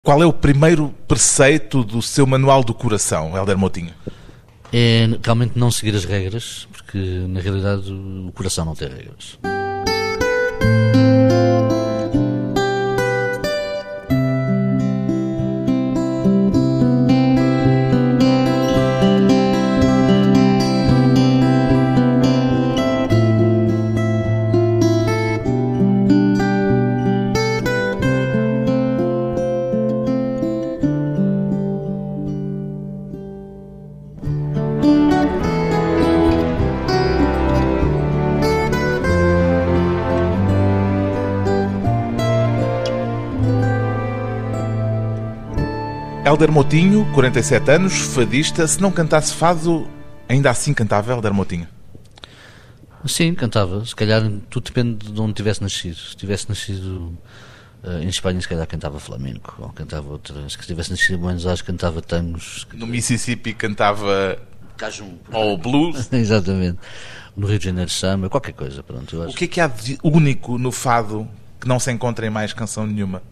Qual é o primeiro preceito do seu manual do coração, Hélder Moutinho? É realmente não seguir as regras, porque na realidade o coração não tem regras. Hélder Moutinho, 47 anos, fadista. Se não cantasse fado, ainda assim cantava Hélder Moutinho? Sim, cantava. Se calhar tudo depende de onde tivesse nascido. Se tivesse nascido em Espanha, se calhar cantava flamenco, ou cantava outra. Se tivesse nascido em Buenos Aires, cantava tangos. No Mississippi cantava Cajun. ou blues. Exatamente. No Rio de Janeiro, samba, qualquer coisa. Pronto, eu acho. O que é há de único no fado que não se encontra em mais canção nenhuma?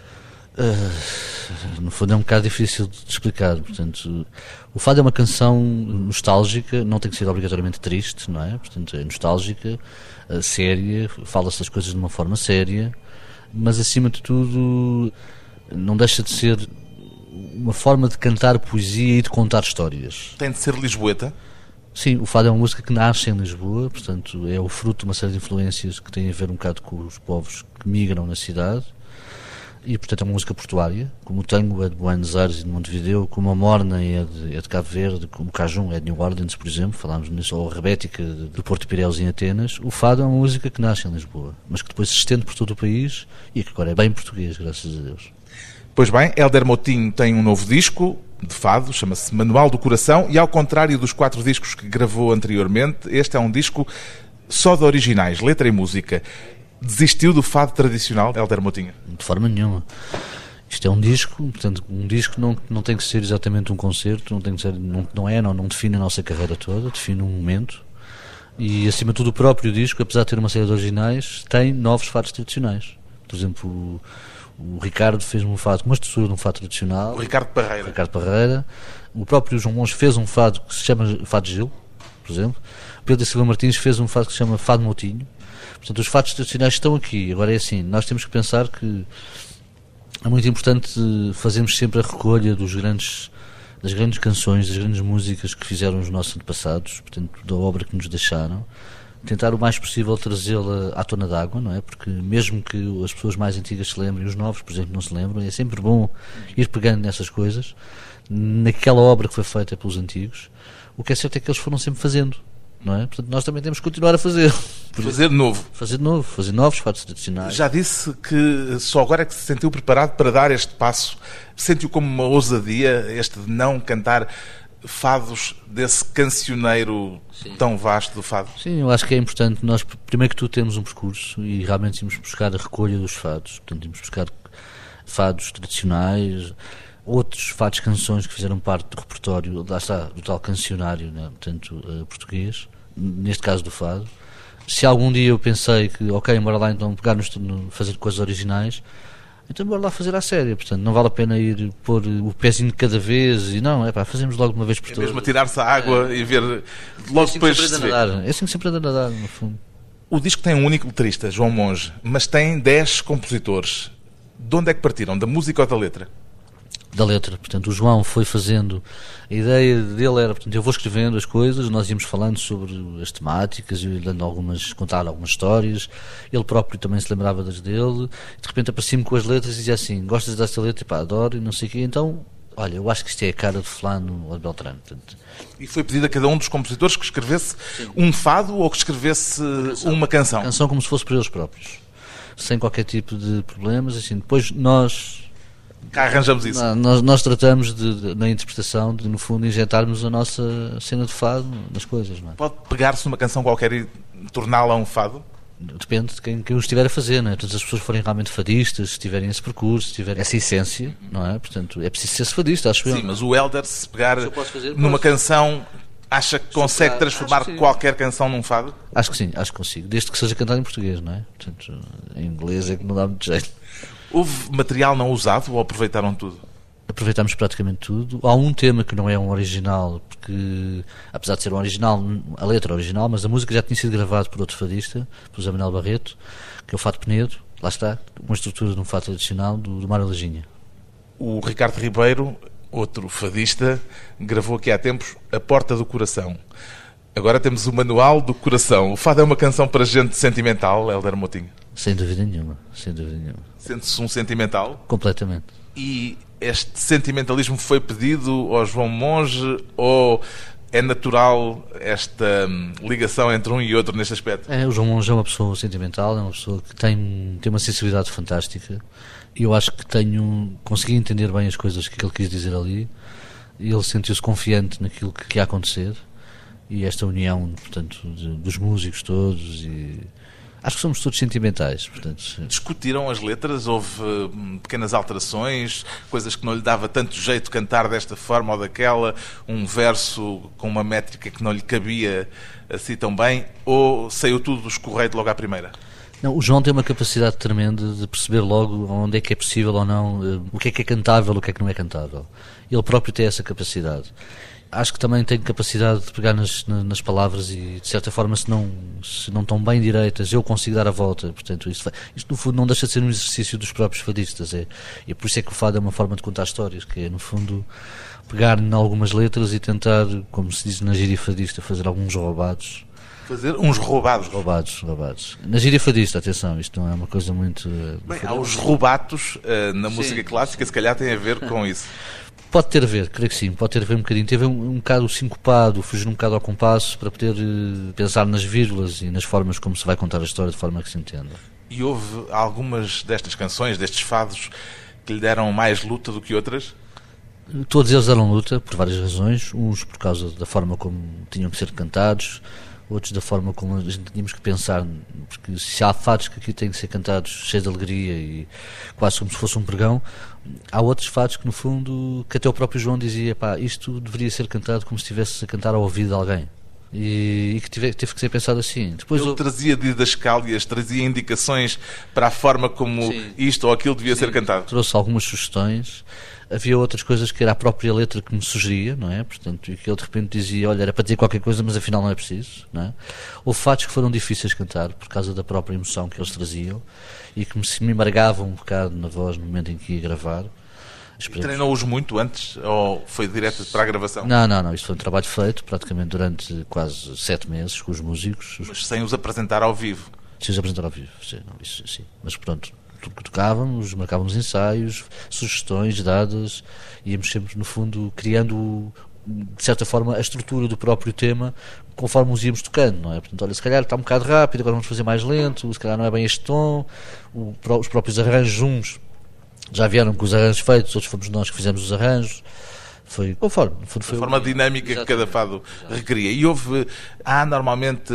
No fundo é um bocado difícil de explicar. Portanto, o fado é uma canção nostálgica, não tem que ser obrigatoriamente triste, não é? Portanto, é nostálgica, séria, fala-se das coisas de uma forma séria, mas acima de tudo não deixa de ser uma forma de cantar poesia e de contar histórias. Tem de ser lisboeta? Sim, o fado é uma música que nasce em Lisboa, portanto é o fruto de uma série de influências que têm a ver um bocado com os povos que migram na cidade. E, portanto, é uma música portuária, como o tango é de Buenos Aires e de Montevideo, como a morna é de Cabo Verde, como o cajun é de New Orleans, por exemplo, falámos nisso, ou a rebética do Porto de Pireus em Atenas. O fado é uma música que nasce em Lisboa, mas que depois se estende por todo o país e que agora é bem português, graças a Deus. Pois bem, Hélder Moutinho tem um novo disco de fado, chama-se Manual do Coração, e ao contrário dos 4 discos que gravou anteriormente, este é um disco só de originais, letra e música. Desistiu do fado tradicional, Hélder Moutinho? De forma nenhuma. Isto é um disco, portanto, um disco não tem que ser exatamente um concerto, não tem que ser, não define a nossa carreira toda, define um momento. E acima de tudo o próprio disco, apesar de ter uma série de originais, tem novos fados tradicionais. Por exemplo, o Ricardo fez um fado, uma textura de um fado tradicional. O Ricardo Parreira. O próprio João Monge fez um fado que se chama Fado Gil, por exemplo. Pedro Silva Martins fez um fado que se chama Fado Moutinho. Portanto, os fados tradicionais estão aqui. Agora é assim, nós temos que pensar que é muito importante fazermos sempre a recolha das grandes canções, das grandes músicas que fizeram os nossos antepassados, portanto, da obra que nos deixaram, tentar o mais possível trazê-la à tona d'água, não é? Porque mesmo que as pessoas mais antigas se lembrem, os novos, por exemplo, não se lembram, é sempre bom ir pegando nessas coisas, naquela obra que foi feita pelos antigos. O que é certo é que eles foram sempre fazendo. Não é? Portanto, nós também temos que continuar a fazer. Fazer de novo. Fazer novos fados tradicionais. Já disse que só agora é que se sentiu preparado para dar este passo. Sentiu como uma ousadia este de não cantar fados desse cancioneiro tão vasto do fado? Sim, eu acho que é importante. Nós, primeiro que tudo, temos um percurso e realmente íamos buscar a recolha dos fados. Portanto, íamos buscar fados tradicionais, outros fados, canções que fizeram parte do repertório, lá está, do tal cancionário, né? Portanto, português, neste caso do fado. Se algum dia eu pensei que, ok, bora lá então pegar fazer coisas originais, então bora lá fazer à séria, portanto, não vale a pena ir pôr o pezinho de cada vez e não, fazemos logo de uma vez por todas. É mesmo a tirar-se a água e ver logo depois de se ver. É assim que sempre anda a nadar, no fundo. O disco tem um único letrista, João Monge, mas tem 10 compositores. De onde é que partiram? Da música ou da letra? Da letra, portanto o João foi fazendo, a ideia dele era, portanto, eu vou escrevendo as coisas, nós íamos falando sobre as temáticas, eu dando contar algumas histórias, ele próprio também se lembrava das dele, de repente aparecia-me com as letras e dizia assim, gostas desta letra? Pá, adoro e não sei o quê, então, olha, eu acho que isto é a cara de fulano ou de Beltrano. Portanto, e foi pedido a cada um dos compositores que escrevesse um fado ou que escrevesse uma canção? Canção como se fosse para eles próprios, sem qualquer tipo de problemas, assim, depois nós... Cá arranjamos isso. Nós tratamos na interpretação de, no fundo, injetarmos a nossa cena de fado nas coisas, não é? Pode pegar-se numa canção qualquer e torná-la um fado? Depende de quem o estiver a fazer, não é? Todas as pessoas forem realmente fadistas, se tiverem esse percurso, se tiverem essa essência, não é? Portanto, é preciso ser fadista, acho eu. Sim, mas o Hélder, se pegar numa canção, acha que consegue transformar qualquer canção num fado? Acho que sim, acho que consigo. Desde que seja cantado em português, não é? Portanto, em inglês é que não dá muito jeito. Houve material não usado ou aproveitaram tudo? Aproveitámos praticamente tudo. Há um tema que não é um original, porque, apesar de ser um original, a letra é original, mas a música já tinha sido gravada por outro fadista, por José Manuel Barreto, que é o Fado Penedo. Lá está, uma estrutura de um fado tradicional do Mário Laginha. O Ricardo Ribeiro, outro fadista, gravou aqui há tempos A Porta do Coração. Agora temos o Manual do Coração. O fado é uma canção para gente sentimental, Hélder Moutinho? Sem dúvida nenhuma, sem dúvida nenhuma. Sente-se um sentimental? Completamente. E este sentimentalismo foi pedido ao João Monge ou é natural esta ligação entre um e outro neste aspecto? O João Monge é uma pessoa sentimental, é uma pessoa que tem uma sensibilidade fantástica e eu acho que consegui entender bem as coisas que ele quis dizer ali e ele sentiu-se confiante naquilo que ia acontecer e esta união, portanto, dos músicos todos e... Acho que somos todos sentimentais, portanto... Discutiram as letras? Houve pequenas alterações? Coisas que não lhe dava tanto jeito cantar desta forma ou daquela? Um verso com uma métrica que não lhe cabia assim tão bem? Ou saiu tudo do escorreio logo à primeira? Não, o João tem uma capacidade tremenda de perceber logo onde é que é possível ou não, o que é cantável, o que é que não é cantável. Ele próprio tem essa capacidade. Acho que também tenho capacidade de pegar nas palavras e, de certa forma, se não estão bem direitas, eu consigo dar a volta. Portanto, isto no fundo, não deixa de ser um exercício dos próprios fadistas. E por isso é que o fado é uma forma de contar histórias, que é, no fundo, pegar em algumas letras e tentar, como se diz na gíria fadista, fazer alguns roubados. Fazer uns roubados? Roubados. Na gíria fadista, atenção, isto não é uma coisa muito... Bem, há os roubatos na música clássica, se calhar tem a ver com isso. Pode ter a ver, creio que sim, pode ter a ver um bocadinho. Teve um bocado sincopado, fugir um bocado ao compasso para poder pensar nas vírgulas e nas formas como se vai contar a história de forma que se entenda. E houve algumas destas canções, destes fados, que lhe deram mais luta do que outras? Todos eles deram luta, por várias razões. Uns por causa da forma como tinham que ser cantados, outros da forma como a gente tínhamos que pensar, porque se há fados que aqui têm que ser cantados cheios de alegria e quase como se fosse um pregão, há outros fados que no fundo, que até o próprio João dizia, isto deveria ser cantado como se estivesse a cantar ao ouvido de alguém. E que teve que ser pensado assim. Depois ele trazia didascálias, trazia indicações para a forma como isto ou aquilo devia ser cantado. Trouxe algumas sugestões. Havia outras coisas que era a própria letra que me sugeria, não é? Portanto, e que ele de repente dizia, olha, era para dizer qualquer coisa, mas afinal não é preciso, não é? Houve fatos que foram difíceis de cantar por causa da própria emoção que eles traziam e que me embargavam um bocado na voz no momento em que ia gravar. Treinou-os muito antes ou foi direto para a gravação? Não, isto foi um trabalho feito praticamente durante quase 7 meses com os músicos. Mas sem os apresentar ao vivo? Sem os apresentar ao vivo, sim. Mas pronto, tocávamos, marcávamos ensaios, sugestões dadas, íamos sempre no fundo criando de certa forma a estrutura do próprio tema conforme os íamos tocando, não é? Portanto, olha, se calhar está um bocado rápido, agora vamos fazer mais lento, se calhar não é bem este tom, os próprios arranjos uns já vieram com os arranjos feitos, outros fomos nós que fizemos os arranjos. Foi conforme. Foi a forma dinâmica que cada fado requeria. E há normalmente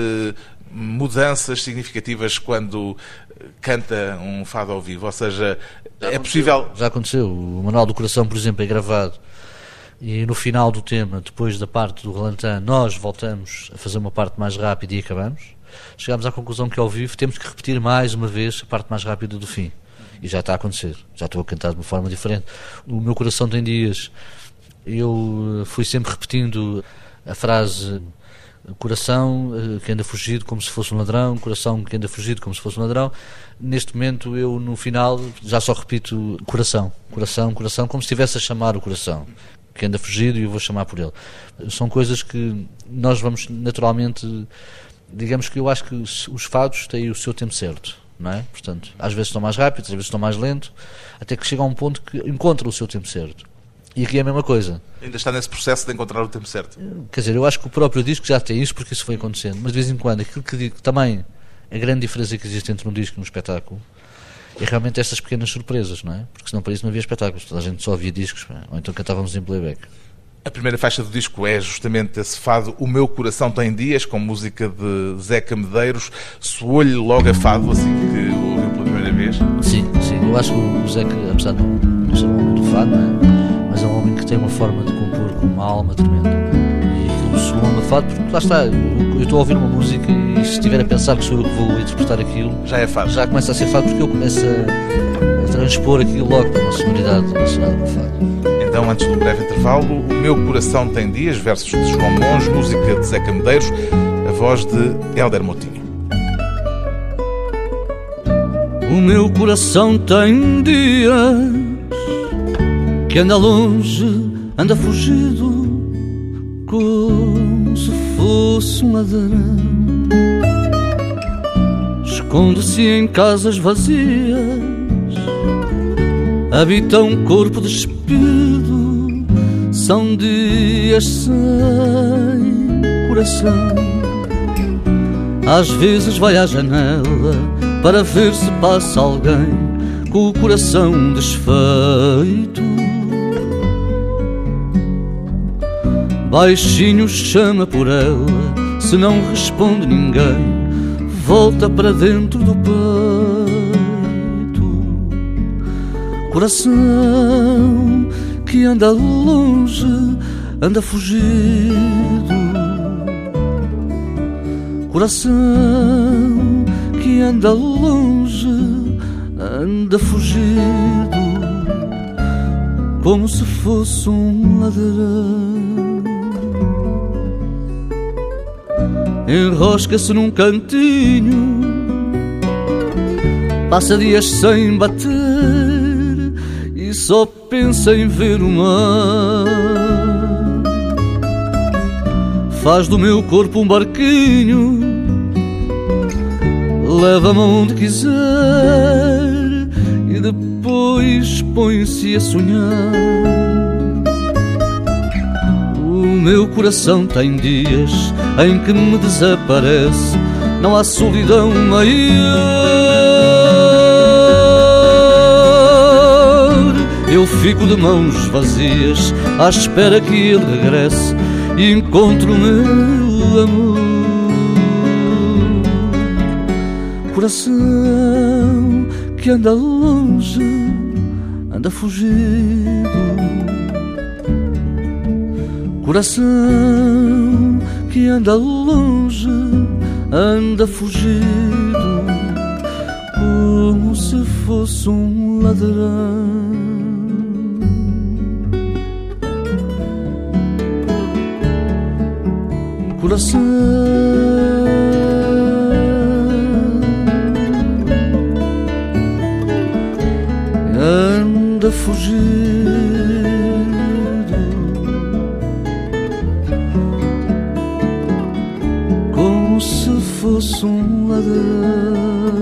mudanças significativas quando canta um fado ao vivo, ou seja, é possível... Já aconteceu. O Manual do Coração, por exemplo, é gravado e no final do tema, depois da parte do relantã, nós voltamos a fazer uma parte mais rápida e acabamos. Chegámos à conclusão que ao vivo temos que repetir mais uma vez a parte mais rápida do fim. E já está a acontecer. Já estou a cantar de uma forma diferente. O meu coração tem dias. Eu fui sempre repetindo a frase coração que anda fugido como se fosse um ladrão, coração que anda fugido como se fosse um ladrão. Neste momento eu no final já só repito coração, como se estivesse a chamar o coração que anda fugido e eu vou chamar por ele. São coisas que nós vamos naturalmente, digamos que eu acho que os fados têm o seu tempo certo, não é? Portanto, às vezes estão mais rápidos, às vezes estão mais lentos, até que chega a um ponto que encontra o seu tempo certo. E aqui é a mesma coisa. Ainda está nesse processo de encontrar o tempo certo. Quer dizer, eu acho que o próprio disco já tem isso porque isso foi acontecendo. Mas de vez em quando, aquilo que digo também, a grande diferença que existe entre um disco e um espetáculo é realmente estas pequenas surpresas, não é? Porque senão para isso não havia espetáculos. Toda a gente só ouvia discos, ou então cantávamos em playback. A primeira faixa do disco é justamente esse fado O Meu Coração Tem Dias, com música de Zeca Medeiros. Soou-lhe logo a fado, assim que o ouviu pela primeira vez? Sim. Eu acho que o Zeca, apesar de não ser um homem do fado, não é? Mas é um homem que tem uma forma de compor com uma alma tremenda. E aquilo soa-me a fado, porque lá está, eu estou a ouvir uma música e se estiver a pensar que sou eu que vou interpretar aquilo, já é fado. Já começa a ser fado porque eu começo a transpor aquilo logo para uma sonoridade relacionada com o fado. Então, antes de um breve intervalo, O Meu Coração Tem Dias, versos de João Monge, música de Zeca Medeiros, a voz de Hélder Moutinho. O meu coração tem dias que anda longe, anda fugido, como se fosse um ladrão. Esconde-se em casas vazias, habita um corpo despido. São dias sem coração. Às vezes vai à janela para ver se passa alguém com o coração desfeito. Baixinho chama por ela, se não responde ninguém, volta para dentro do peito. Coração que anda longe, anda fugido. Coração que anda longe, anda fugido, como se fosse um ladrão. Enrosca-se num cantinho, passa dias sem bater e só pensa em ver o mar. Faz do meu corpo um barquinho, leva-me onde quiser e depois põe-se a sonhar. O meu coração tem dias em que me desaparece, não há solidão maior. Eu fico de mãos vazias à espera que ele regresse e encontre o meu amor. Coração que anda longe, anda fugido. Coração que anda longe, anda fugido, como se fosse um ladrão. Coração anda fugido, como se fosse um ladrão.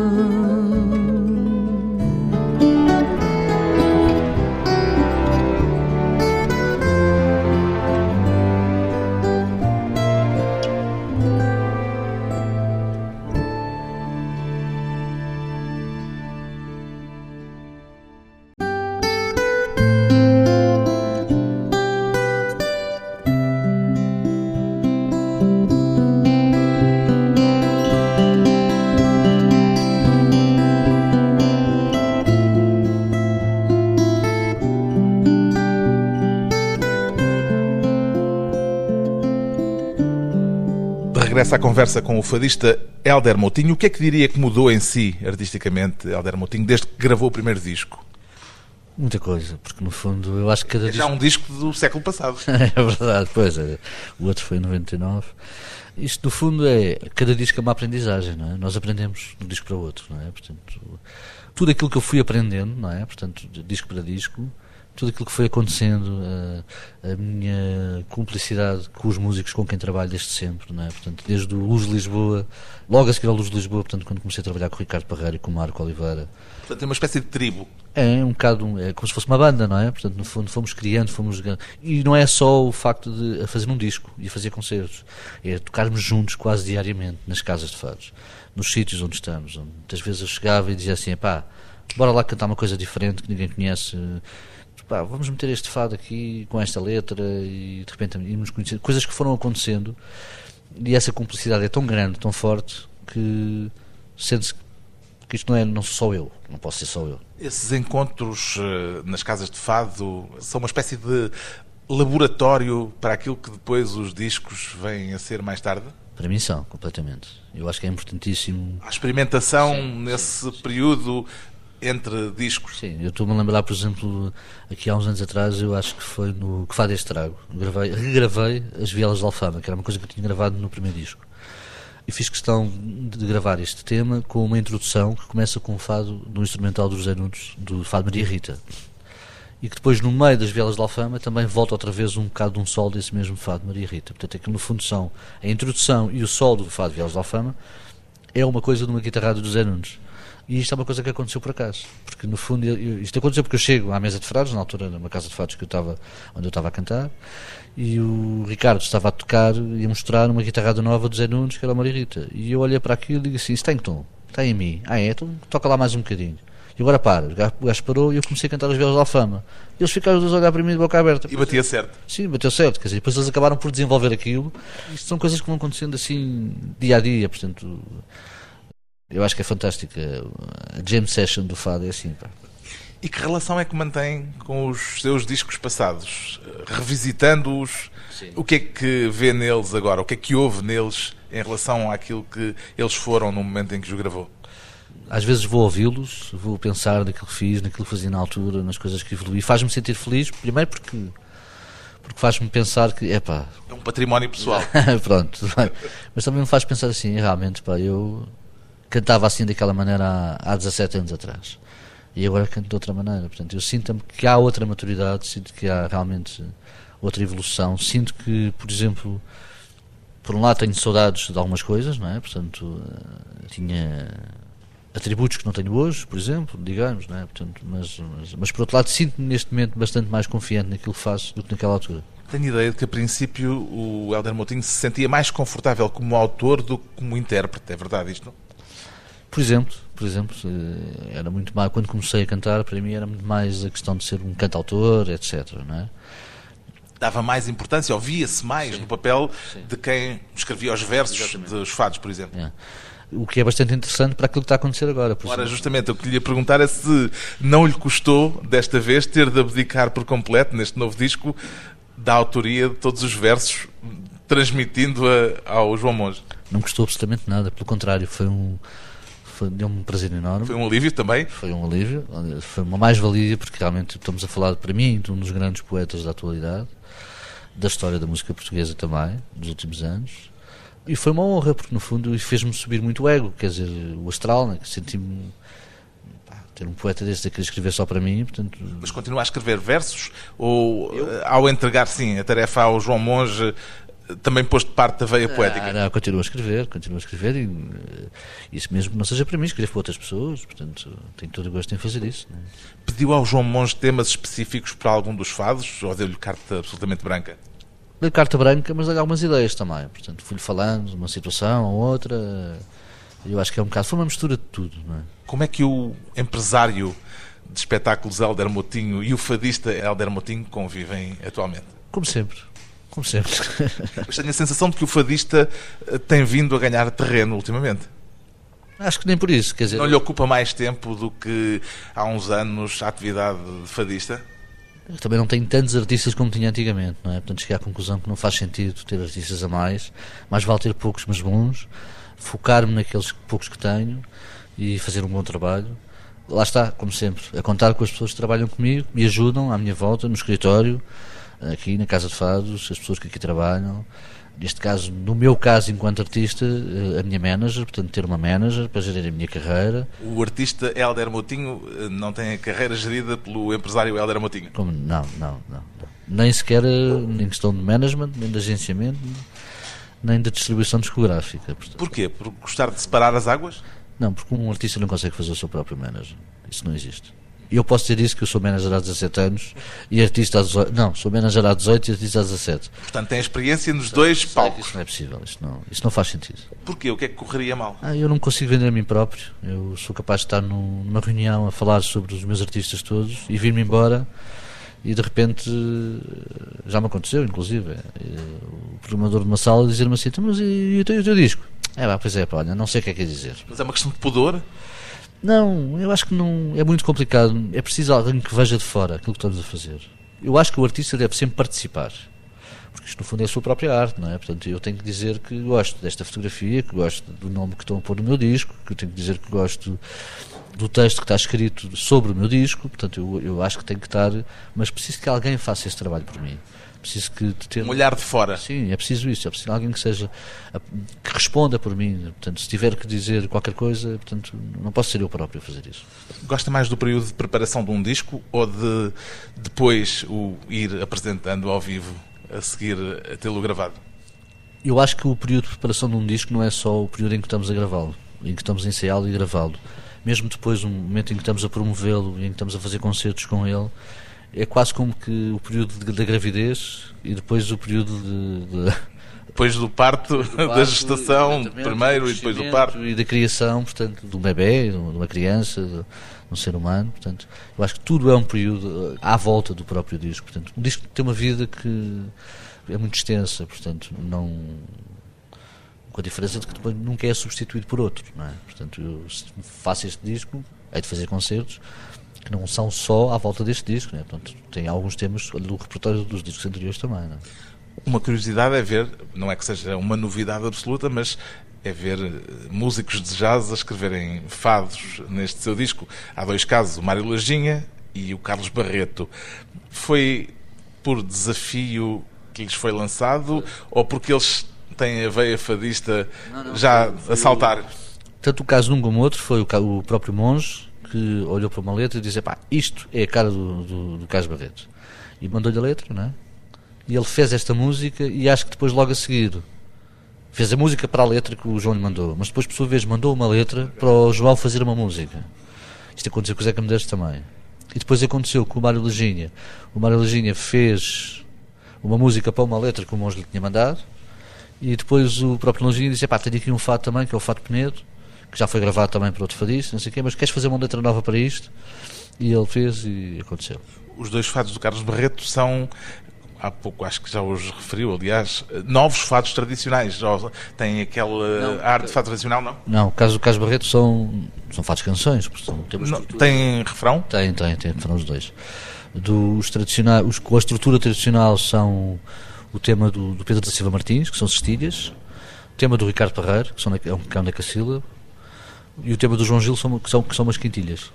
Regressa à conversa com o fadista Hélder Moutinho. O que é que diria que mudou em si, artisticamente, Hélder Moutinho, desde que gravou o primeiro disco? Muita coisa, porque no fundo eu acho que cada disco... já um disco do século passado. É verdade, pois é. O outro foi em 99. Isto no fundo é, cada disco é uma aprendizagem, não é? Nós aprendemos de um disco para o outro, não é? Portanto, tudo aquilo que eu fui aprendendo, não é? Portanto, de disco para disco, tudo aquilo que foi acontecendo, a minha cumplicidade com os músicos com quem trabalho desde sempre, não é? Portanto, desde o Luz de Lisboa, logo a seguir ao Luz de Lisboa, portanto, quando comecei a trabalhar com o Ricardo Parreira e com o Marco Oliveira. Portanto, é uma espécie de tribo. É um bocado, é como se fosse uma banda, não é? Portanto, no fundo, fomos criando, fomos jogando. E não é só o facto de fazer um disco e fazer concertos, é tocarmos juntos quase diariamente nas casas de fados, nos sítios onde estamos, onde muitas vezes eu chegava e dizia assim, pá, bora lá cantar uma coisa diferente que ninguém conhece. Pá, vamos meter este fado aqui com esta letra e de repente irmos conhecer coisas que foram acontecendo, e essa cumplicidade é tão grande, tão forte, que sente-se que isto não sou só eu, não posso ser só eu. Esses encontros nas casas de fado são uma espécie de laboratório para aquilo que depois os discos vêm a ser mais tarde? Para mim são, completamente. Eu acho que é importantíssimo. A experimentação, sim, nesse período entre discos. Sim, eu estou-me a lembrar, por exemplo, aqui há uns anos atrás, eu acho que foi no Que Fado é Estrago, regravei as Vielas de Alfama, que era uma coisa que eu tinha gravado no primeiro disco. E fiz questão de gravar este tema com uma introdução que começa com o fado do instrumental do José Nunes, do Fado Maria Rita. E que depois, no meio das Vielas de Alfama, também volta outra vez um bocado de um solo desse mesmo Fado Maria Rita. Portanto, aquilo no fundo são a introdução e o solo do Fado Vielas de Alfama é uma coisa de uma guitarrada do José Nunes. E isto é uma coisa que aconteceu por acaso. Porque, no fundo, isto aconteceu porque eu chego à mesa de fados, na altura, numa casa de fados onde eu estava a cantar, e o Ricardo estava a tocar e a mostrar uma guitarrada nova do Zé Nunes, que era a Maria Rita. E eu olhei para aquilo e digo assim: está em tom, está em mim. Ah, é? Então toca lá mais um bocadinho. E agora para. O gajo parou e eu comecei a cantar as Vielas de Alfama. E eles ficaram os dois a olhar para mim de boca aberta. E batia certo. Sim, bateu certo. Quer dizer, depois eles acabaram por desenvolver aquilo. Isto são coisas que vão acontecendo assim, dia a dia. Portanto, eu acho que é fantástica. A jam session do fado é assim, pá. E que relação é que mantém com os seus discos passados? Revisitando-os, o que é que vê neles agora? O que é que houve neles em relação àquilo que eles foram no momento em que os gravou? Às vezes vou ouvi-los, vou pensar naquilo que fiz, naquilo que fazia na altura, nas coisas que evolui. Faz-me sentir feliz, primeiro porque faz-me pensar que, é um património pessoal. Pronto, mas também me faz pensar assim, realmente, eu cantava assim daquela maneira há 17 anos atrás. E agora canto de outra maneira. Portanto, eu sinto que há outra maturidade, sinto que há realmente outra evolução. Sinto que, por exemplo, por um lado tenho saudades de algumas coisas, não é? Portanto, tinha atributos que não tenho hoje, por exemplo, digamos, não é? Portanto, mas por outro lado sinto-me neste momento bastante mais confiante naquilo que faço do que naquela altura. Tenho ideia de que a princípio o Hélder Moutinho se sentia mais confortável como autor do que como intérprete. É verdade isto? Por exemplo, era muito mais, quando comecei a cantar, para mim era muito mais a questão de ser um cantautor, etc. Não é? Dava mais importância, ouvia-se mais no papel de quem escrevia os versos Exatamente. Dos fados, por exemplo. É. O que é bastante interessante para aquilo que está a acontecer agora. Ora, justamente, o que lhe ia perguntar é se não lhe custou, desta vez, ter de abdicar por completo, neste novo disco, da autoria de todos os versos, transmitindo-a ao João Monge. Não custou absolutamente nada, pelo contrário, deu-me um prazer enorme. Foi um alívio também? Foi um alívio, foi uma mais-valia, porque realmente estamos a falar, para mim, de um dos grandes poetas da atualidade, da história da música portuguesa também, dos últimos anos. E foi uma honra, porque no fundo fez-me subir muito o ego, quer dizer, o astral, né? Senti-me ter um poeta desse a querer escrever só para mim, portanto... Mas continua a escrever versos? Ou ao entregar, sim, a tarefa ao João Monge, também pôs de parte da veia poética? Não, continuo a escrever e isso mesmo não seja para mim, escrevo para outras pessoas, portanto tenho todo o gosto em fazer isso. Né? Pediu ao João Monge temas específicos para algum dos fados ou deu-lhe carta absolutamente branca? Dei carta branca, mas dei algumas ideias também, portanto fui-lhe falando de uma situação ou outra, eu acho que é um bocado, foi uma mistura de tudo. Não é? Como é que o empresário de espetáculos Hélder Moutinho e o fadista Hélder Moutinho convivem atualmente? Como sempre. Mas tenho a sensação de que o fadista tem vindo a ganhar terreno ultimamente. Acho que nem por isso, quer dizer... Não lhe ocupa mais tempo do que há uns anos a atividade de fadista? Eu também não tenho tantos artistas como tinha antigamente, não é? Portanto cheguei à conclusão que não faz sentido ter artistas a mais vale ter poucos mas bons, focar-me naqueles poucos que tenho e fazer um bom trabalho. Lá está, como sempre, a contar com as pessoas que trabalham comigo, me ajudam à minha volta, no escritório, aqui na Casa de Fados, as pessoas que aqui trabalham, neste caso, no meu caso enquanto artista, a minha manager, portanto ter uma manager para gerir a minha carreira. O artista Hélder Moutinho não tem a carreira gerida pelo empresário Hélder Moutinho? Como? Não. Nem sequer em questão de management, nem de agenciamento, nem de distribuição discográfica. Portanto. Porquê? Por gostar de separar as águas? Não, porque um artista não consegue fazer o seu próprio manager. Isso não existe. E eu posso dizer isso, que eu sou manager há 17 anos e artista há 18. Não, sou manager há 18 e artista há 17. Portanto, tem experiência nos dois palcos. Isso não é possível, isso não faz sentido. Porquê? O que é que correria mal? Eu não consigo vender a mim próprio. Eu sou capaz de estar numa reunião a falar sobre os meus artistas todos e vir-me embora e de repente, já me aconteceu inclusive, o programador de uma sala dizer-me assim: mas e o teu disco? Pois é, olha, não sei o que é que é dizer. Mas é uma questão de pudor? Não, eu acho que não, é muito complicado. É preciso alguém que veja de fora aquilo que estamos a fazer. Eu acho que o artista deve sempre participar. porque isto no fundo é a sua própria arte, não é? Portanto, eu tenho que dizer que gosto desta fotografia, que gosto do nome que estão a pôr no meu disco, que eu tenho que dizer que gosto do texto que está escrito sobre o meu disco. Portanto, eu acho que tem que estar, mas preciso que alguém faça esse trabalho por mim. Preciso que de ter um olhar de fora. Sim, é preciso isso, é preciso alguém que responda por mim. Portanto, se tiver que dizer qualquer coisa, portanto, não posso ser eu próprio a fazer isso. Gosta mais do período de preparação de um disco ou de depois o ir apresentando ao vivo, a seguir a tê-lo gravado? Eu acho que o período de preparação de um disco não é só o período em que estamos a gravá-lo, em que estamos a ensaiá-lo e gravá-lo. Mesmo depois, um momento em que estamos a promovê-lo e em que estamos a fazer concertos com ele, é quase como que o período da gravidez e depois o período depois do parto, da gestação primeiro e depois do parto. E da criação, portanto, de um bebê, de uma criança, de um ser humano. Portanto, eu acho que tudo é um período à volta do próprio disco. Portanto, um disco tem uma vida que é muito extensa, portanto, não... com a diferença de que depois nunca é substituído por outro, não é? Portanto, eu, se faço este disco, hei de fazer concertos que não são só à volta deste disco, né? Portanto, tem alguns temas do repertório dos discos anteriores também, não é? Uma curiosidade é ver, não é que seja uma novidade absoluta, mas é ver músicos de jazz a escreverem fados neste seu disco. Há dois casos, o Mário Lajinha e o Carlos Barreto. Foi por desafio que lhes foi lançado ou porque eles têm a veia fadista já a saltar? Tanto o caso de um como o outro foi o próprio Monge, que olhou para uma letra e disse: pá, isto é a cara do Carlos Barreto, e mandou-lhe a letra, não é? E ele fez esta música, e acho que depois logo a seguir fez a música para a letra que o João lhe mandou, mas depois por sua vez mandou uma letra para o João fazer uma música. Isto aconteceu com o Zeca Medeiros também, e depois aconteceu com o Mário Lajinha. O Mário Lajinha fez uma música para uma letra que o Monge lhe tinha mandado, e depois o próprio Lajinha disse: pá, tenho aqui um fado também, que é o Fado Penedo, que já foi gravado também por outro fadista, não sei o quê, mas queres fazer uma letra nova para isto? E ele fez e aconteceu. Os dois fados do Carlos Barreto são, há pouco acho que já os referiu, aliás, novos fados tradicionais. Têm aquela arte de fado tradicional, não? Não, o caso do Carlos Barreto são fados canções. Tem refrão? Tem refrão os dois. Dos tradicionais, com a estrutura tradicional são o tema do Pedro da Silva Martins, que são cestilhas, o tema do Ricardo Parreiro, que é um cão da Cacila, e o tema do João Gil que são umas quintilhas.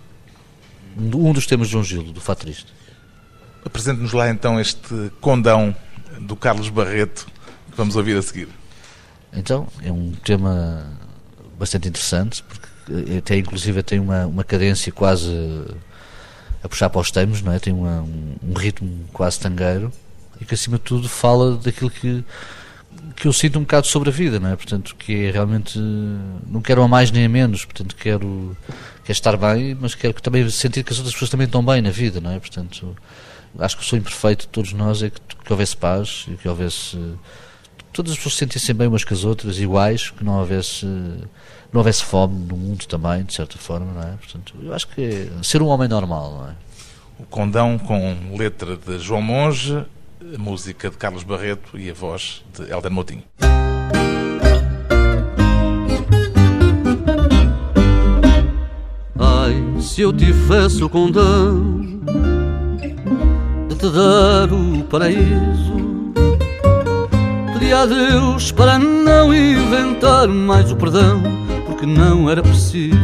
Um dos temas de João Gil, do Fado Triste. Apresente-nos lá então este condão do Carlos Barreto que vamos ouvir a seguir. Então, é um tema bastante interessante, porque até inclusive tem uma cadência quase a puxar para os teimos, não é? Tem um ritmo quase tangueiro, e que acima de tudo fala daquilo que eu sinto um bocado sobre a vida, não é? Portanto, que é realmente, não quero a mais nem a menos, portanto quero estar bem, mas quero também sentir que as outras pessoas também estão bem na vida, não é? Portanto, acho que o sonho perfeito de todos nós é que houvesse paz, e que houvesse, todas as pessoas se sentissem bem umas com as outras, iguais, que não houvesse fome no mundo também, de certa forma, não é? Portanto, eu acho que é ser um homem normal, não é? O condão, com letra de João Monge, a música de Carlos Barreto e a voz de Hélder Moutinho. Ai, se eu tivesse o condão de te dar o paraíso, pedia a Deus para não inventar mais o perdão, porque não era preciso.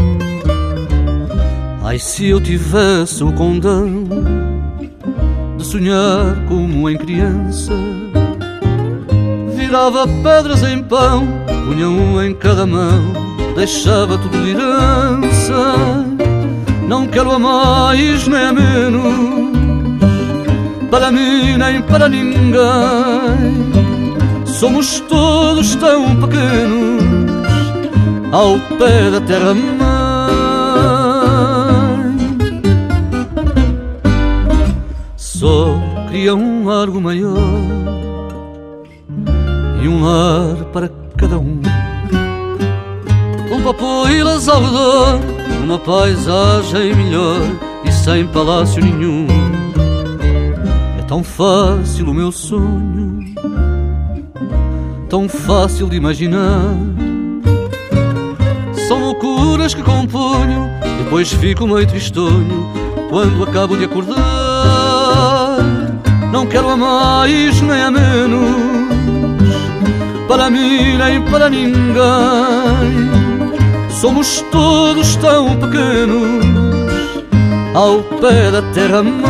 Ai, se eu tivesse o condão de sonhar como em criança, virava pedras em pão, punha um em cada mão, deixava tudo de herança. Não quero a mais nem a menos, para mim nem para ninguém. Somos todos tão pequenos ao pé da terra-mãe. Só queria um largo maior e um lar para cada um, com papoilas ao redor, uma paisagem melhor e sem palácio nenhum. É tão fácil o meu sonho, tão fácil de imaginar. São loucuras que componho, depois fico meio tristonho quando acabo de acordar. Não quero a mais nem a menos, para mim nem para ninguém. Somos todos tão pequenos ao pé da terra-mãe.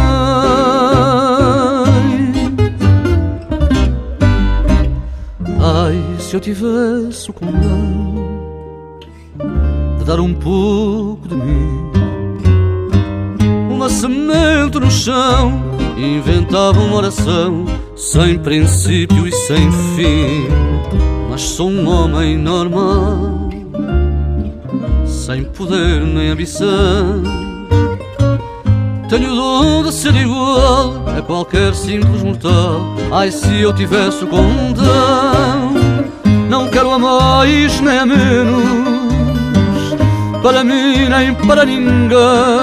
Ai, se eu tivesse o condão de dar um pouco de mim, uma semente no chão, inventava uma oração sem princípio e sem fim. Mas sou um homem normal, sem poder nem ambição. Tenho o dom de ser igual a qualquer simples mortal. Ai, se eu tivesse o condão, não quero a mais nem a menos, para mim nem para ninguém.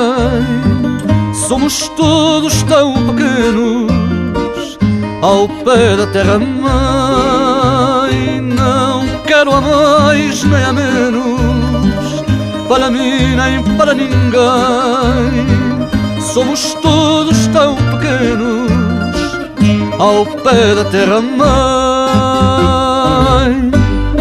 Somos todos tão pequenos ao pé da terra-mãe. Não quero a mais nem a menos, para mim nem para ninguém. Somos todos tão pequenos ao pé da terra-mãe.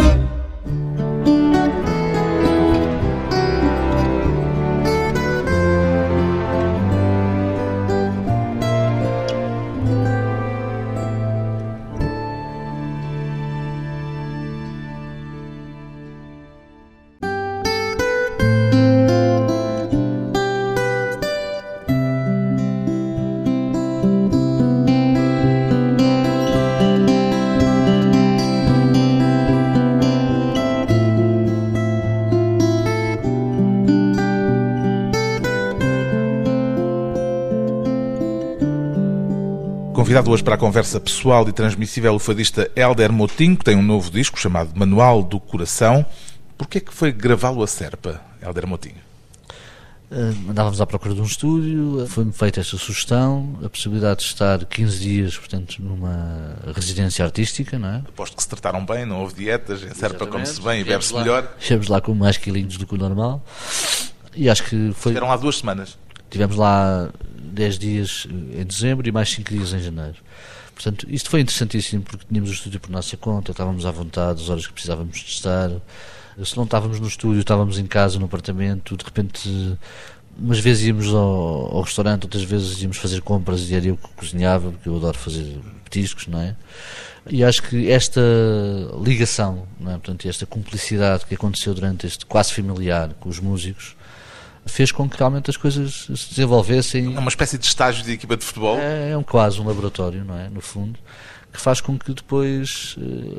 Convidado hoje para a conversa pessoal e transmissível o fadista Hélder Motinho, que tem um novo disco chamado Manual do Coração. Porquê é que foi gravá-lo a Serpa, Hélder Motinho? Andávamos à procura de um estúdio, foi-me feita esta sugestão, a possibilidade de estar 15 dias, portanto, numa residência artística, não é? Aposto que se trataram bem, não houve dietas, em Serpa come-se bem e Viemos bebe-se lá, melhor. Chegamos lá com mais quilinhos do que o normal e acho que foi... Estiveram lá 2 semanas. Tivemos lá 10 dias em dezembro e mais 5 dias em janeiro. Portanto, isto foi interessantíssimo porque tínhamos o estúdio por nossa conta, estávamos à vontade, as horas que precisávamos de estar. Se não estávamos no estúdio, estávamos em casa, no apartamento, de repente, umas vezes íamos ao restaurante, outras vezes íamos fazer compras e era eu que cozinhava, porque eu adoro fazer petiscos, não é? E acho que esta ligação, não é? Portanto, esta cumplicidade que aconteceu durante este quase familiar com os músicos, fez com que realmente as coisas se desenvolvessem. É uma espécie de estágio de equipa de futebol? É quase um laboratório, não é? No fundo, que faz com que depois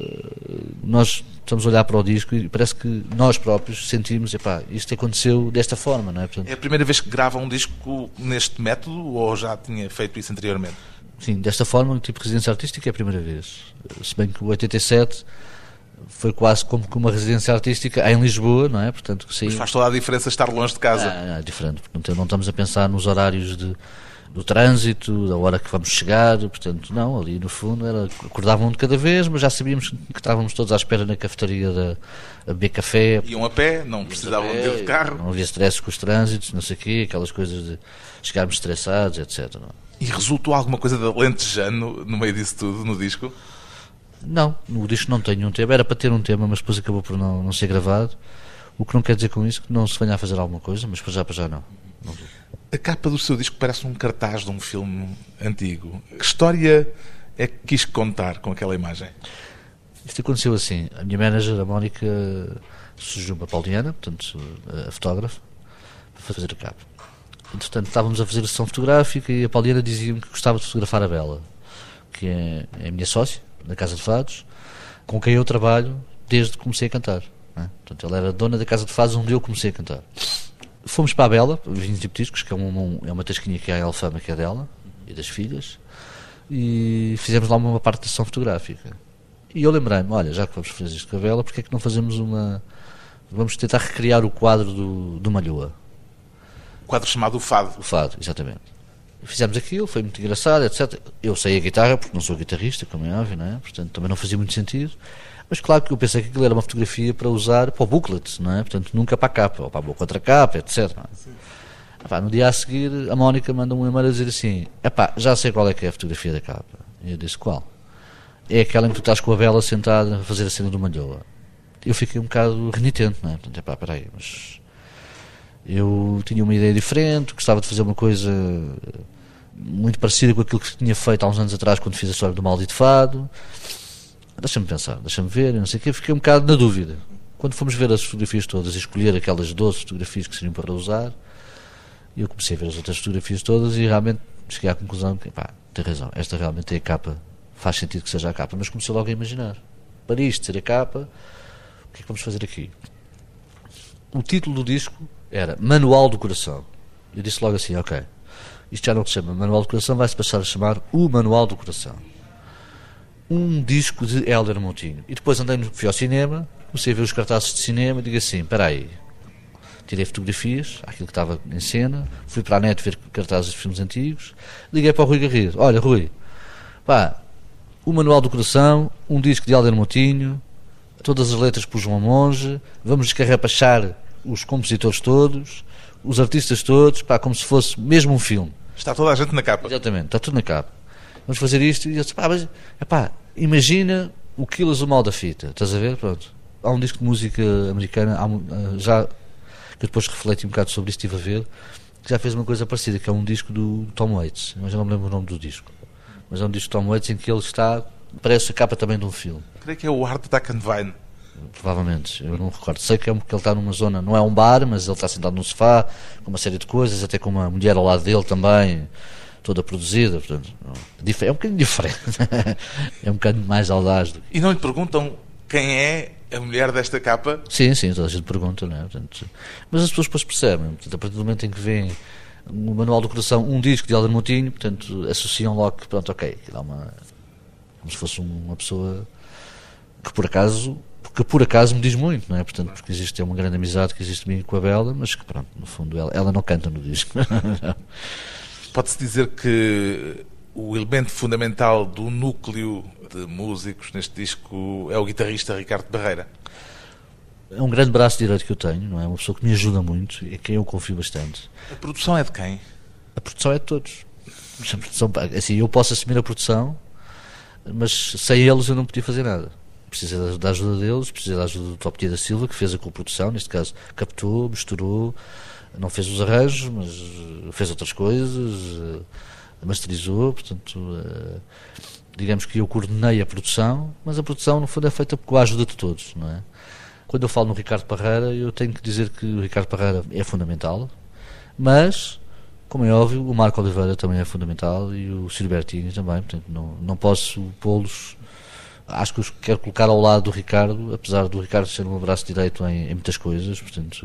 nós estamos a olhar para o disco e parece que nós próprios sentimos, epá, isto aconteceu desta forma, não é? Portanto, é a primeira vez que grava um disco neste método ou já tinha feito isso anteriormente? Sim, desta forma, o tipo de residência artística é a primeira vez. Se bem que o 87 foi quase como que uma residência artística em Lisboa, não é? Portanto, que mas faz toda a diferença estar longe de casa. É diferente, portanto, não estamos a pensar nos horários do trânsito, da hora que vamos chegar, portanto, não, ali no fundo acordavam um de cada vez, mas já sabíamos que estávamos todos à espera na cafetaria a beber café. Iam a pé, não precisavam de ir de carro. Não havia stress com os trânsitos, não sei o quê, aquelas coisas de chegarmos estressados, etc. Não. E resultou alguma coisa de alentejano no meio disso tudo, no disco? Não, no disco não tenho um tema, era para ter um tema, mas depois acabou por não ser gravado, o que não quer dizer com isso que não se venha a fazer alguma coisa, mas para já não. A capa do seu disco parece um cartaz de um filme antigo. Que história é que quis contar com aquela imagem? Isto aconteceu assim, a minha manager, a Mónica, surgiu-me a Pauliana, portanto, a fotógrafa, para fazer a capa. Entretanto, estávamos a fazer a sessão fotográfica e a Pauliana dizia-me que gostava de fotografar a Bela, que é a minha sócia da Casa de Fados, com quem eu trabalho desde que comecei a cantar, não é? Portanto, ela era dona da Casa de Fados onde eu comecei a cantar. Fomos para a Bela, Vinhos e Petiscos, que é uma tasquinha que é a Alfama, que é dela e das filhas, e fizemos lá uma parte de sessão fotográfica. E eu lembrei-me, olha, já que vamos fazer isto com a Bela, porque é que não fazemos vamos tentar recriar o quadro do Malhoa. O quadro chamado O Fado. O Fado, exatamente. Fizemos aquilo, foi muito engraçado, etc. Eu sei a guitarra, porque não sou guitarrista, como é óbvio, não é? Portanto, também não fazia muito sentido. Mas claro que eu pensei que aquilo era uma fotografia para usar para o booklet, não é? Portanto, nunca para a capa, ou para a boa contracapa, etc. No dia a seguir, a Mónica manda um e-mail a dizer assim, já sei qual é que é a fotografia da capa. E eu disse, qual? É aquela em que tu estás com a Bela sentada a fazer a cena do Malhoa. Eu fiquei um bocado renitente, não é? Portanto, peraí, mas eu tinha uma ideia diferente, gostava de fazer uma coisa muito parecida com aquilo que tinha feito há uns anos atrás quando fiz a história do Maldito Fado. Deixa-me pensar, deixa-me ver, não sei o quê. Fiquei um bocado na dúvida. Quando fomos ver as fotografias todas e escolher aquelas 12 fotografias que seriam para reusar, eu comecei a ver as outras fotografias todas e realmente cheguei à conclusão que, tem razão, esta realmente é a capa, faz sentido que seja a capa, mas comecei logo a imaginar, para isto ser a capa, o que é que vamos fazer aqui? O título do disco era Manual do Coração. Eu disse logo assim, ok, isto já não se chama Manual do Coração, vai-se passar a chamar O Manual do Coração. Um disco de Hélder Montinho. E depois fui ao cinema, comecei a ver os cartazes de cinema e digo assim, espera aí, tirei fotografias, aquilo que estava em cena, fui para a net ver cartazes de filmes antigos, liguei para o Rui Garrido, olha Rui, O Manual do Coração, um disco de Hélder Montinho, todas as letras por João Monge, vamos descarrapachar os compositores todos, os artistas todos, como se fosse mesmo um filme. Está toda a gente na capa. Exatamente, está tudo na capa. Vamos fazer isto, e eu disse, imagina o Quilos, o Mal da Fita, estás a ver? Pronto. Há um disco de música americana, já que eu depois refleti um bocado sobre isso, estive a ver, que já fez uma coisa parecida, que é um disco do Tom Waits, mas eu não me lembro o nome do disco, mas é um disco de Tom Waits em que ele está, parece a capa também de um filme. Creio que é o Art Attack and Vine. Provavelmente, eu não me recordo, sei que ele está numa zona, não é um bar, mas ele está sentado num sofá com uma série de coisas, até com uma mulher ao lado dele também, toda produzida, portanto, é um bocadinho diferente. É um bocadinho mais audaz do que... E não lhe perguntam quem é a mulher desta capa? Sim, toda a gente pergunta, não é? Portanto, mas as pessoas depois percebem, portanto, a partir do momento em que vêem o Manual do Coração, um disco de Hélder Montinho, portanto, associam logo que, pronto, ok, que dá como se fosse uma pessoa que por acaso me diz muito, não é? Portanto, porque existe uma grande amizade que existe comigo com a Bela, mas que, pronto, no fundo ela não canta no disco. Pode-se dizer que o elemento fundamental do núcleo de músicos neste disco é o guitarrista Ricardo Barreira. É um grande braço direito que eu tenho, não é? Uma pessoa que me ajuda muito e a quem eu confio bastante. A produção é de quem? A produção é de todos. A produção, assim, eu posso assumir a produção, mas sem eles eu não podia fazer nada. Precisa da ajuda deles, precisa da ajuda do Top da Silva, que fez a coprodução, neste caso captou, misturou, não fez os arranjos, mas fez outras coisas, masterizou, portanto, digamos que eu coordenei a produção, mas a produção no fundo é feita com a ajuda de todos, não é? Quando eu falo no Ricardo Parreira, eu tenho que dizer que o Ricardo Parreira é fundamental, mas, como é óbvio, o Marco Oliveira também é fundamental e o Silbertini também, portanto não posso pô-los. Acho que os quero colocar ao lado do Ricardo, apesar do Ricardo ser um braço direito em muitas coisas, portanto,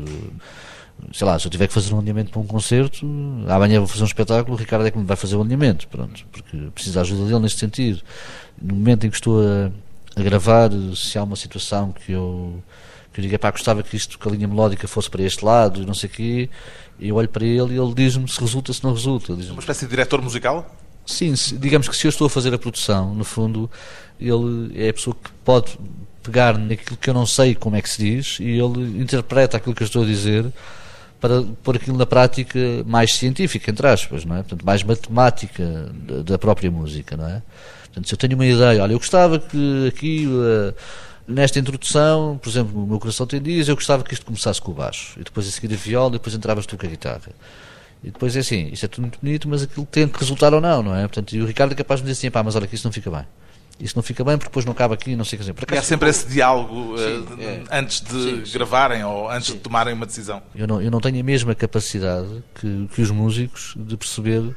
sei lá, se eu tiver que fazer um alinhamento para um concerto, amanhã vou fazer um espetáculo, o Ricardo é que me vai fazer o alinhamento, pronto, porque preciso da ajuda dele neste sentido. No momento em que estou a gravar, se há uma situação que eu digo, gostava que a linha melódica fosse para este lado e não sei o quê, eu olho para ele e ele diz-me se resulta, se não resulta. Uma espécie de diretor musical? Sim, digamos que se eu estou a fazer a produção, no fundo, ele é a pessoa que pode pegar naquilo que eu não sei como é que se diz e ele interpreta aquilo que eu estou a dizer para pôr aquilo na prática mais científica, entre aspas, não é? Portanto, mais matemática da própria música, não é? Portanto, se eu tenho uma ideia, olha, eu gostava que aqui, nesta introdução, por exemplo, o Meu Coração Tem Dias, eu gostava que isto começasse com o baixo, e depois a seguir a viola, e depois entravas tu com a guitarra. E depois é assim, isto é tudo muito bonito, mas aquilo tem que resultar ou não, não é? Portanto, e o Ricardo é capaz de dizer assim, mas olha que isto não fica bem. Isto não fica bem porque depois não cabe aqui, não sei o que dizer. E há sempre esse diálogo antes de gravarem ou antes de tomarem uma decisão. Eu não tenho a mesma capacidade que os músicos de perceber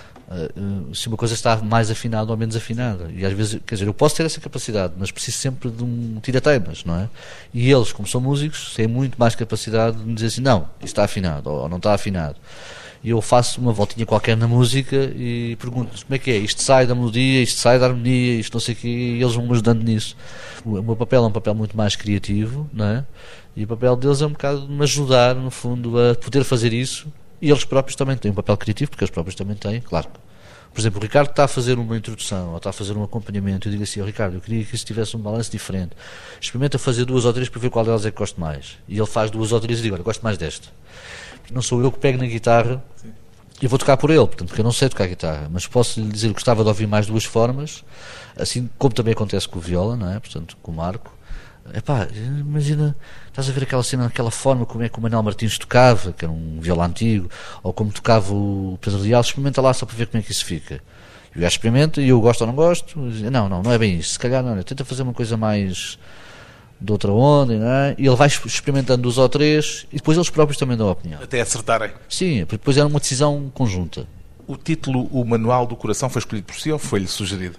se uma coisa está mais afinada ou menos afinada. E às vezes, quer dizer, eu posso ter essa capacidade, mas preciso sempre de um tira-teimas, não é? E eles, como são músicos, têm muito mais capacidade de me dizer assim, não, isto está afinado ou não está afinado. E eu faço uma voltinha qualquer na música e pergunto-lhes como é que é, isto sai da melodia, isto sai da harmonia, isto não sei o quê, e eles vão-me ajudando nisso. O meu papel é um papel muito mais criativo, não é? E o papel deles é um bocado de me ajudar, no fundo, a poder fazer isso, e eles próprios também têm um papel criativo, porque eles próprios também têm, claro. Por exemplo, o Ricardo está a fazer uma introdução, ou está a fazer um acompanhamento, eu digo assim, Ricardo, eu queria que isso tivesse um balanço diferente. Experimenta fazer 2 ou 3 para ver qual delas é que gosto mais. E ele faz 2 ou 3 e digo, olha, gosto mais desta. Não sou eu que pego na guitarra. Sim. Eu vou tocar por ele, portanto, porque eu não sei tocar guitarra, mas posso lhe dizer que gostava de ouvir mais duas formas, assim como também acontece com o viola, não é? Portanto, com o Marco. Epá, imagina, estás a ver aquela cena, aquela forma como é que o Manuel Martins tocava, que era um viola antigo, ou como tocava o Pedro Leal, experimenta lá só para ver como é que isso fica. E o gajo experimenta, e eu gosto ou não gosto, não é bem isso, se calhar não, tenta fazer uma coisa mais de outra onda, não é? E ele vai experimentando 2 ou 3 e depois eles próprios também dão a opinião. Até acertarem. Sim, porque depois era uma decisão conjunta. O título O Manual do Coração foi escolhido por si ou foi-lhe sugerido?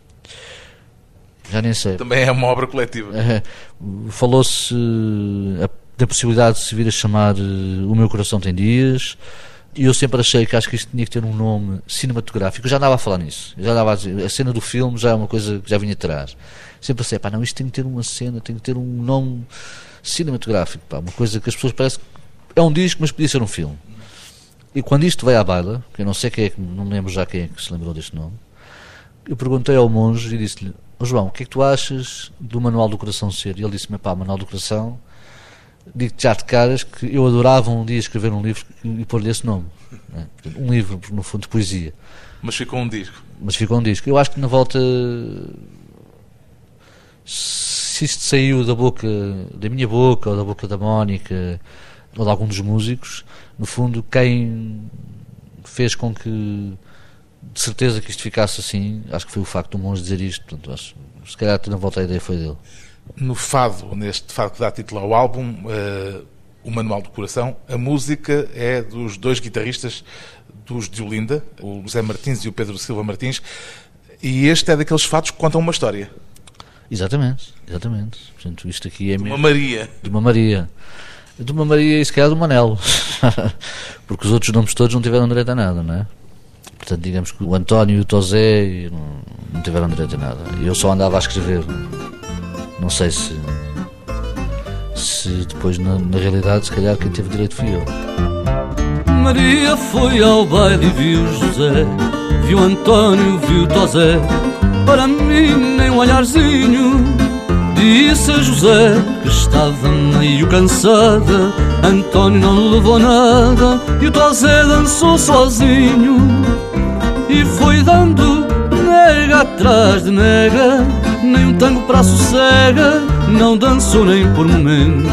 Já nem sei. Também é uma obra coletiva. Falou-se da possibilidade de se vir a chamar O Meu Coração Tem Dias, e eu sempre achei que acho que isto tinha que ter um nome cinematográfico. Eu já andava a falar nisso, eu já andava a dizer, a cena do filme já é uma coisa que já vinha atrás. Sempre pensei, não, isto tem que ter uma cena, tem que ter um nome cinematográfico, uma coisa que as pessoas parece que é um disco, mas podia ser um filme. E quando isto veio à baila, que eu não sei quem é que, não me lembro já quem é que se lembrou deste nome, eu perguntei ao monge e disse-lhe: João, o que é que tu achas do Manual do Coração ser? E ele disse-me: Manual do Coração, digo-te já de caras que eu adorava um dia escrever um livro e pôr-lhe esse nome, né? Um livro, no fundo, de poesia. Mas ficou um disco. Eu acho que na volta, se isto saiu da minha boca, ou da boca da Mónica, ou de algum dos músicos, no fundo, quem fez com que, de certeza, que isto ficasse assim, acho que foi o facto do monge dizer isto. Portanto, acho, se calhar na volta a ideia foi dele. No fado, neste fado que dá título ao álbum, O Manual do Coração, a música é dos 2 guitarristas dos de Olinda, o José Martins e o Pedro Silva Martins, e este é daqueles fados que contam uma história. Exatamente. Portanto, isto aqui é de uma Maria. De uma Maria e se calhar do Manelo. Porque os outros nomes todos não tiveram direito a nada, não é? Portanto, digamos que o António e o Tosé não tiveram direito a nada. Eu só andava a escrever. Não sei se depois, na realidade, se calhar quem teve direito fui eu. Maria foi ao baile e viu José, viu António, viu Tosé. Para mim nem um olharzinho. Disse a José que estava meio cansada. António não levou nada e o Tosé dançou sozinho. E foi dando nega atrás de nega, nem um tango para sossega, não dançou nem por momentos.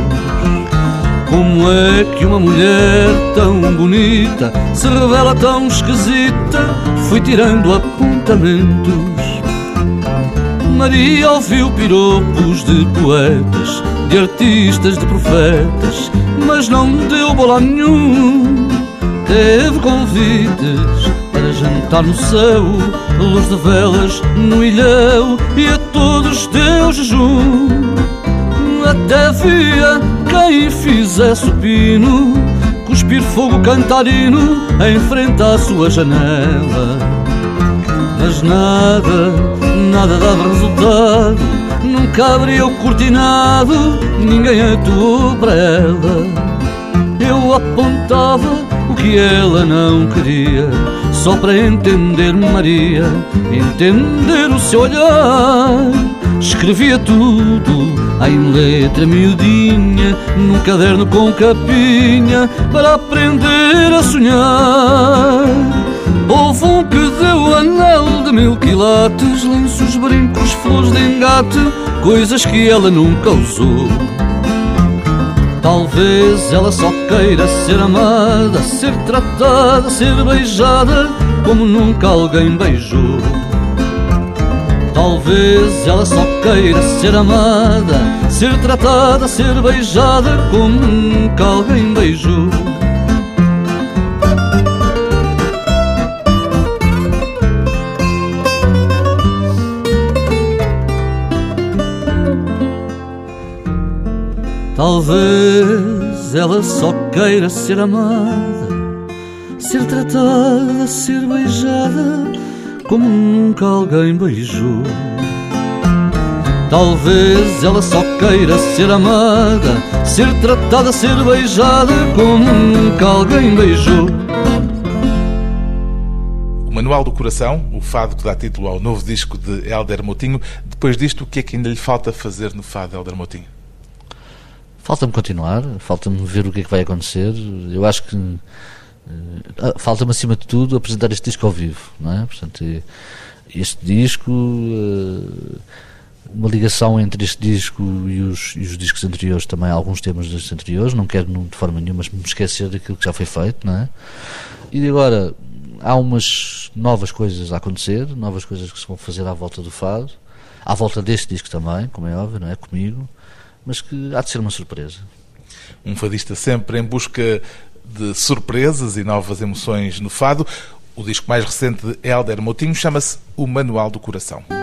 Como é que uma mulher tão bonita se revela tão esquisita? Fui tirando apontamentos. Maria ouviu piropos de poetas, de artistas, de profetas, mas não deu bola nenhum. Teve convites para jantar no céu, luz de velas no ilhéu, e a todos deu jejum. Até via quem fizesse o pino, cuspir fogo cantarino em frente à sua janela. Mas nada dava resultado, nunca abria o cortinado, ninguém atuou para ela. Eu apontava o que ela não queria, só para entender Maria, entender o seu olhar. Escrevia tudo em letra miudinha, num caderno com capinha, para aprender a sonhar. Houve um que deu anel de 1000 quilates, lenços, brincos, flores de engate, coisas que ela nunca usou. Talvez ela só queira ser amada, ser tratada, ser beijada como nunca alguém beijou. Talvez ela só queira ser amada, ser tratada, ser beijada como nunca alguém beijou. Talvez ela só queira ser amada, ser tratada, ser beijada como nunca alguém beijou. Talvez ela só queira ser amada, ser tratada, ser beijada como nunca alguém beijou. O Manual do Coração, o fado que dá título ao novo disco de Hélder Motinho. Depois disto, o que é que ainda lhe falta fazer no fado, Hélder Motinho? Falta-me continuar, falta-me ver o que é que vai acontecer. Eu acho que Falta-me, acima de tudo, apresentar este disco ao vivo, não é? Portanto, este disco, uma ligação entre este disco e os discos anteriores, também alguns temas destes anteriores, não quero de forma nenhuma me esquecer daquilo que já foi feito, não é? E agora há umas novas coisas a acontecer, novas coisas que se vão fazer à volta do fado, à volta deste disco também, como é óbvio, não é? Comigo, mas que há de ser uma surpresa. Um fadista sempre em busca de surpresas e novas emoções no fado. O disco mais recente de Hélder Moutinho chama-se O Manual do Coração.